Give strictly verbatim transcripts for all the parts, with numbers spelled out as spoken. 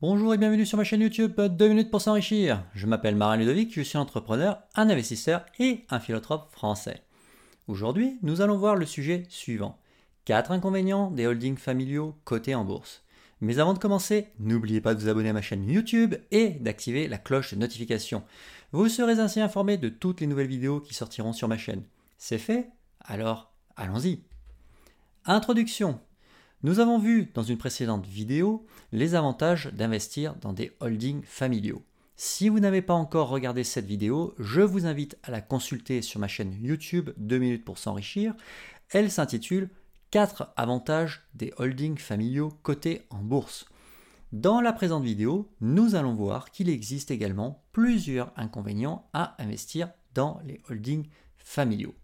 Bonjour et bienvenue sur ma chaîne YouTube deux minutes pour s'enrichir. Je m'appelle Marin Ludovic, je suis entrepreneur, un investisseur et un philanthrope français. Aujourd'hui, nous allons voir le sujet suivant. quatre inconvénients des holdings familiaux cotés en bourse. Mais avant de commencer, n'oubliez pas de vous abonner à ma chaîne YouTube et d'activer la cloche de notification. Vous serez ainsi informé de toutes les nouvelles vidéos qui sortiront sur ma chaîne. C'est fait? Alors, allons-y. Introduction. Nous avons vu dans une précédente vidéo les avantages d'investir dans des holdings familiaux. Si vous n'avez pas encore regardé cette vidéo, je vous invite à la consulter sur ma chaîne YouTube deux minutes pour s'enrichir. Elle s'intitule quatre avantages des holdings familiaux cotés en bourse. Dans la présente vidéo, nous allons voir qu'il existe également plusieurs inconvénients à investir dans les holdings familiaux.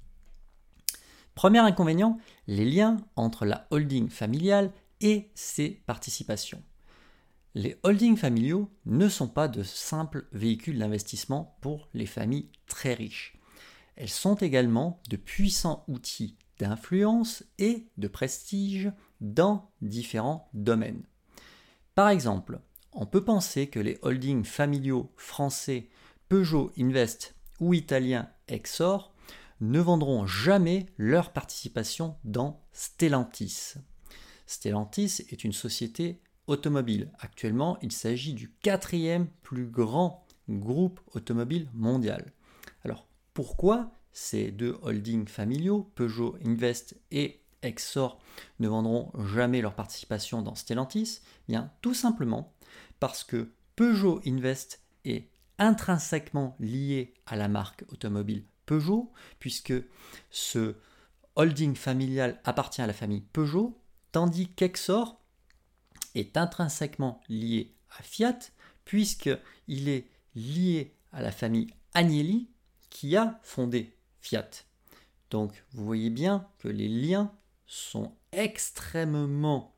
Premier inconvénient, les liens entre la holding familiale et ses participations. Les holdings familiaux ne sont pas de simples véhicules d'investissement pour les familles très riches. Elles sont également de puissants outils d'influence et de prestige dans différents domaines. Par exemple, on peut penser que les holdings familiaux français Peugeot Invest ou italiens Exor ne vendront jamais leur participation dans Stellantis. Stellantis est une société automobile. Actuellement, il s'agit du quatrième plus grand groupe automobile mondial. Alors, pourquoi ces deux holdings familiaux, Peugeot Invest et Exor, ne vendront jamais leur participation dans Stellantis? Eh bien, tout simplement parce que Peugeot Invest est intrinsèquement lié à la marque automobile Peugeot, puisque ce holding familial appartient à la famille Peugeot, tandis qu'Exor est intrinsèquement lié à Fiat, puisqu'il est lié à la famille Agnelli, qui a fondé Fiat. Donc vous voyez bien que les liens sont extrêmement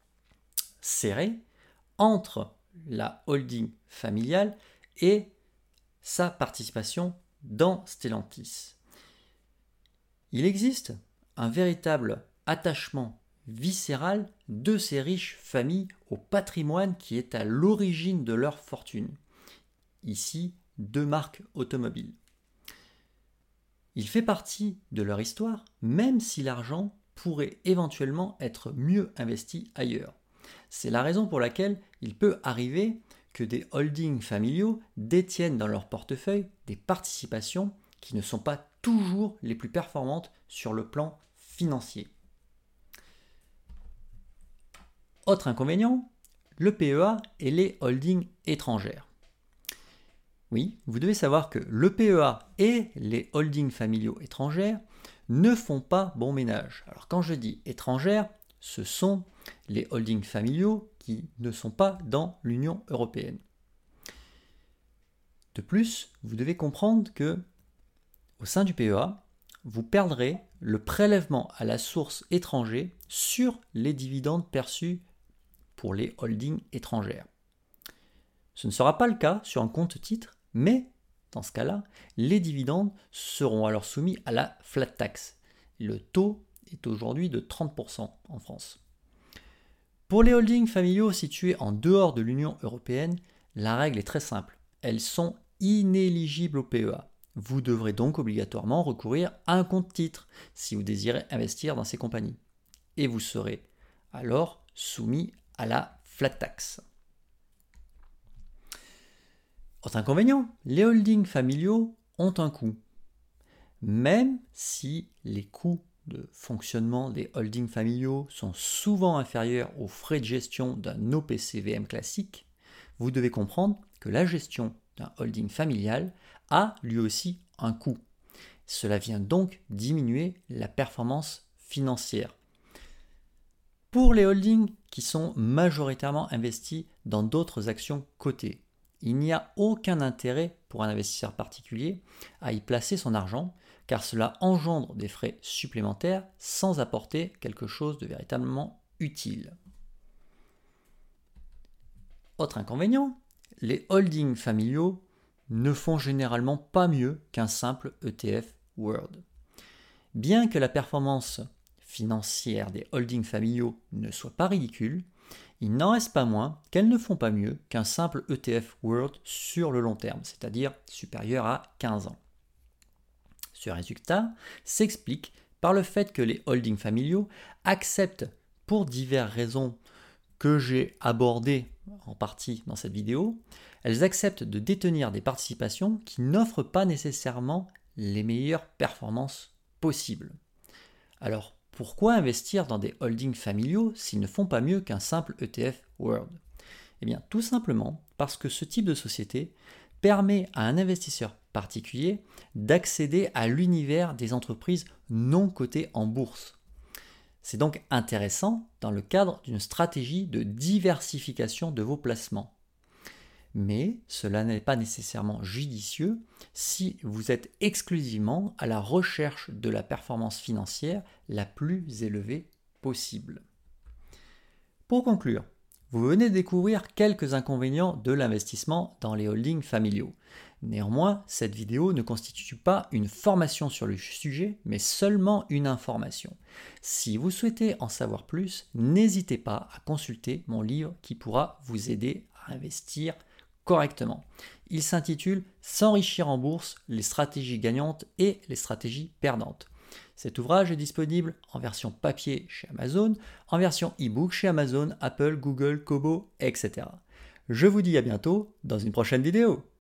serrés entre la holding familiale et sa participation dans Stellantis. Il existe un véritable attachement viscéral de ces riches familles au patrimoine qui est à l'origine de leur fortune. Ici, deux marques automobiles. Il fait partie de leur histoire, même si l'argent pourrait éventuellement être mieux investi ailleurs. C'est la raison pour laquelle il peut arriver que des holdings familiaux détiennent dans leur portefeuille des participations qui ne sont pas toujours les plus performantes sur le plan financier. Autre inconvénient, le P E A et les holdings étrangères. Oui, vous devez savoir que le P E A et les holdings familiaux étrangères ne font pas bon ménage. Alors quand je dis étrangères, ce sont les holdings familiaux qui ne sont pas dans l'Union européenne. De plus, vous devez comprendre que au sein du P E A, vous perdrez le prélèvement à la source étranger sur les dividendes perçus pour les holdings étrangères. Ce ne sera pas le cas sur un compte titre, mais dans ce cas-là, les dividendes seront alors soumis à la flat tax. Le taux est aujourd'hui de trente pour cent en France. Pour les holdings familiaux situés en dehors de l'Union européenne, la règle est très simple. Elles sont inéligibles au P E A. Vous devrez donc obligatoirement recourir à un compte titre si vous désirez investir dans ces compagnies. Et vous serez alors soumis à la flat tax. Autre inconvénient, les holdings familiaux ont un coût. Même si les coûts de fonctionnement des holdings familiaux sont souvent inférieurs aux frais de gestion d'un O P C V M classique, vous devez comprendre que la gestion d'un holding familial a lui aussi un coût. Cela vient donc diminuer la performance financière. Pour les holdings qui sont majoritairement investis dans d'autres actions cotées, il n'y a aucun intérêt pour un investisseur particulier à y placer son argent, car cela engendre des frais supplémentaires sans apporter quelque chose de véritablement utile. Autre inconvénient, les holdings familiaux ne font généralement pas mieux qu'un simple E T F World. Bien que la performance financière des holdings familiaux ne soit pas ridicule, il n'en reste pas moins qu'elles ne font pas mieux qu'un simple E T F World sur le long terme, c'est-à-dire supérieur à quinze ans. Ce résultat s'explique par le fait que les holdings familiaux acceptent, pour diverses raisons que j'ai abordées en partie dans cette vidéo, elles acceptent de détenir des participations qui n'offrent pas nécessairement les meilleures performances possibles. Alors, pourquoi investir dans des holdings familiaux s'ils ne font pas mieux qu'un simple E T F World? Eh bien, tout simplement parce que ce type de société permet à un investisseur particulier d'accéder à l'univers des entreprises non cotées en bourse. C'est donc intéressant dans le cadre d'une stratégie de diversification de vos placements. Mais cela n'est pas nécessairement judicieux si vous êtes exclusivement à la recherche de la performance financière la plus élevée possible. Pour conclure, vous venez de découvrir quelques inconvénients de l'investissement dans les holdings familiaux. Néanmoins, cette vidéo ne constitue pas une formation sur le sujet, mais seulement une information. Si vous souhaitez en savoir plus, n'hésitez pas à consulter mon livre qui pourra vous aider à investir correctement. Il s'intitule « S'enrichir en bourse, les stratégies gagnantes et les stratégies perdantes ». Cet ouvrage est disponible en version papier chez Amazon, en version e-book chez Amazon, Apple, Google, Kobo, et cetera. Je vous dis à bientôt dans une prochaine vidéo.